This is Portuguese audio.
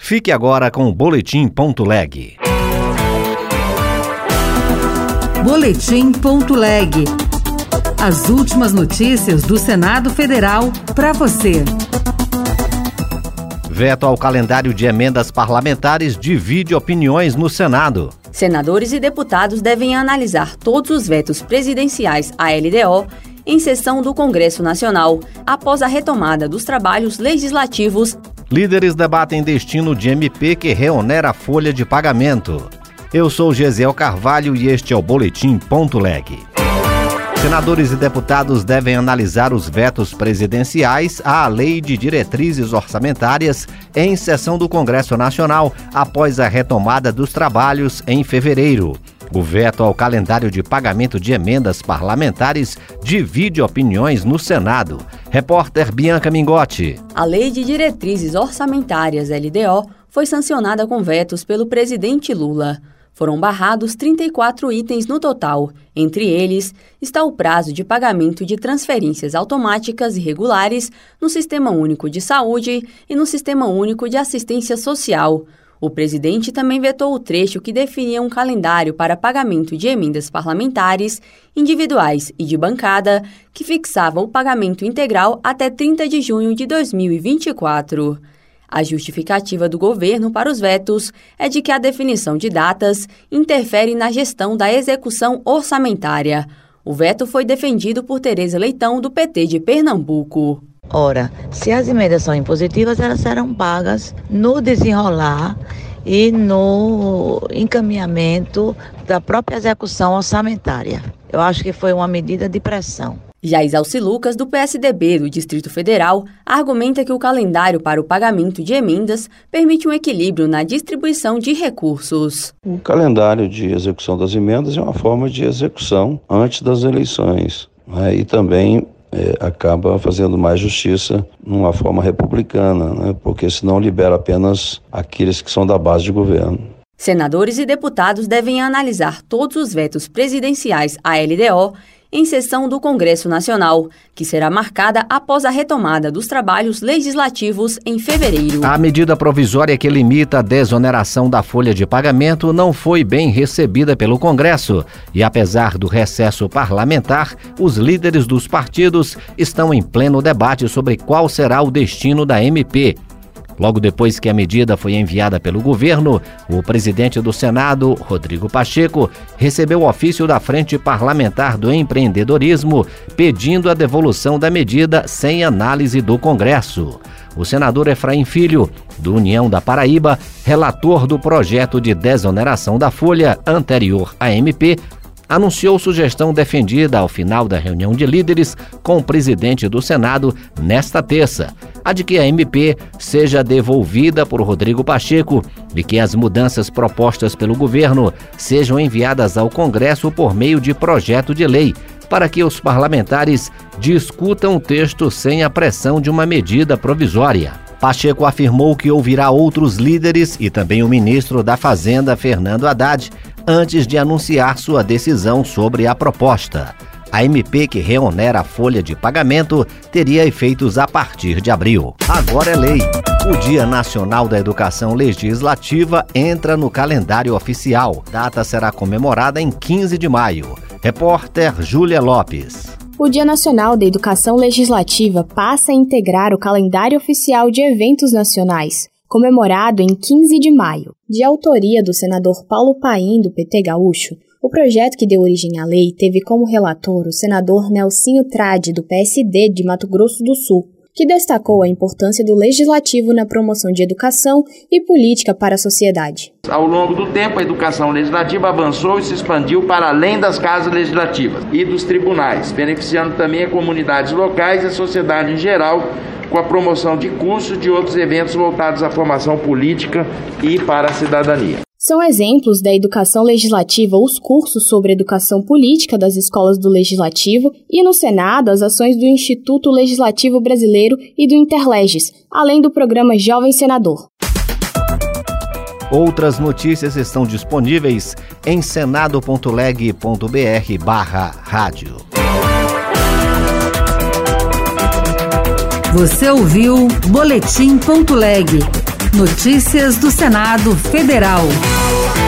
Fique agora com o Boletim.leg. Boletim.leg. As últimas notícias do Senado Federal para você. Veto ao calendário de emendas parlamentares divide opiniões no Senado. Senadores e deputados devem analisar todos os vetos presidenciais à LDO em sessão do Congresso Nacional, após a retomada dos trabalhos legislativos. Líderes debatem destino de MP que reonera a folha de pagamento. Eu sou Gesiel Carvalho e este é o Boletim.leg. Senadores e deputados devem analisar os vetos presidenciais à Lei de Diretrizes Orçamentárias em sessão do Congresso Nacional após a retomada dos trabalhos em fevereiro. O veto ao calendário de pagamento de emendas parlamentares divide opiniões no Senado. Repórter Bianca Mingotti. A Lei de Diretrizes Orçamentárias, LDO, foi sancionada com vetos pelo presidente Lula. Foram barrados 34 itens no total. Entre eles, está o prazo de pagamento de transferências automáticas e regulares no Sistema Único de Saúde e no Sistema Único de Assistência Social. O presidente também vetou o trecho que definia um calendário para pagamento de emendas parlamentares, individuais e de bancada, que fixava o pagamento integral até 30 de junho de 2024. A justificativa do governo para os vetos é de que a definição de datas interfere na gestão da execução orçamentária. O veto foi defendido por Tereza Leitão, do PT de Pernambuco. Ora, se as emendas são impositivas, elas serão pagas no desenrolar e no encaminhamento da própria execução orçamentária. Eu acho que foi uma medida de pressão. Jaisalci Lucas, do PSDB do Distrito Federal, argumenta que o calendário para o pagamento de emendas permite um equilíbrio na distribuição de recursos. O calendário de execução das emendas é uma forma de execução antes das eleições, né? E também acaba fazendo mais justiça numa forma republicana, né? Porque senão libera apenas aqueles que são da base de governo. Senadores e deputados devem analisar todos os vetos presidenciais à LDO em sessão do Congresso Nacional, que será marcada após a retomada dos trabalhos legislativos em fevereiro. A medida provisória que limita a desoneração da folha de pagamento não foi bem recebida pelo Congresso e, apesar do recesso parlamentar, os líderes dos partidos estão em pleno debate sobre qual será o destino da MP. Logo depois que a medida foi enviada pelo governo, o presidente do Senado, Rodrigo Pacheco, recebeu o ofício da Frente Parlamentar do Empreendedorismo, pedindo a devolução da medida sem análise do Congresso. O senador Efraim Filho, do União da Paraíba, relator do projeto de desoneração da folha anterior à MP, anunciou sugestão defendida ao final da reunião de líderes com o presidente do Senado nesta terça, a de que a MP seja devolvida por Rodrigo Pacheco e que as mudanças propostas pelo governo sejam enviadas ao Congresso por meio de projeto de lei, para que os parlamentares discutam o texto sem a pressão de uma medida provisória. Pacheco afirmou que ouvirá outros líderes e também o ministro da Fazenda, Fernando Haddad, antes de anunciar sua decisão sobre a proposta. A MP que reonera a folha de pagamento teria efeitos a partir de abril. Agora é lei. O Dia Nacional da Educação Legislativa entra no calendário oficial. A data será comemorada em 15 de maio. Repórter Júlia Lopes. O Dia Nacional da Educação Legislativa passa a integrar o calendário oficial de eventos nacionais, comemorado em 15 de maio. De autoria do senador Paulo Paim, do PT Gaúcho, o projeto que deu origem à lei teve como relator o senador Nelsinho Trade, do PSD de Mato Grosso do Sul, que destacou a importância do legislativo na promoção de educação e política para a sociedade. Ao longo do tempo, a educação legislativa avançou e se expandiu para além das casas legislativas e dos tribunais, beneficiando também a comunidades locais e a sociedade em geral, com a promoção de cursos e de outros eventos voltados à formação política e para a cidadania. São exemplos da educação legislativa os cursos sobre educação política das escolas do Legislativo e, no Senado, as ações do Instituto Legislativo Brasileiro e do Interleges, além do programa Jovem Senador. Outras notícias estão disponíveis em senado.leg.br/rádio. Você ouviu Boletim.leg. Notícias do Senado Federal.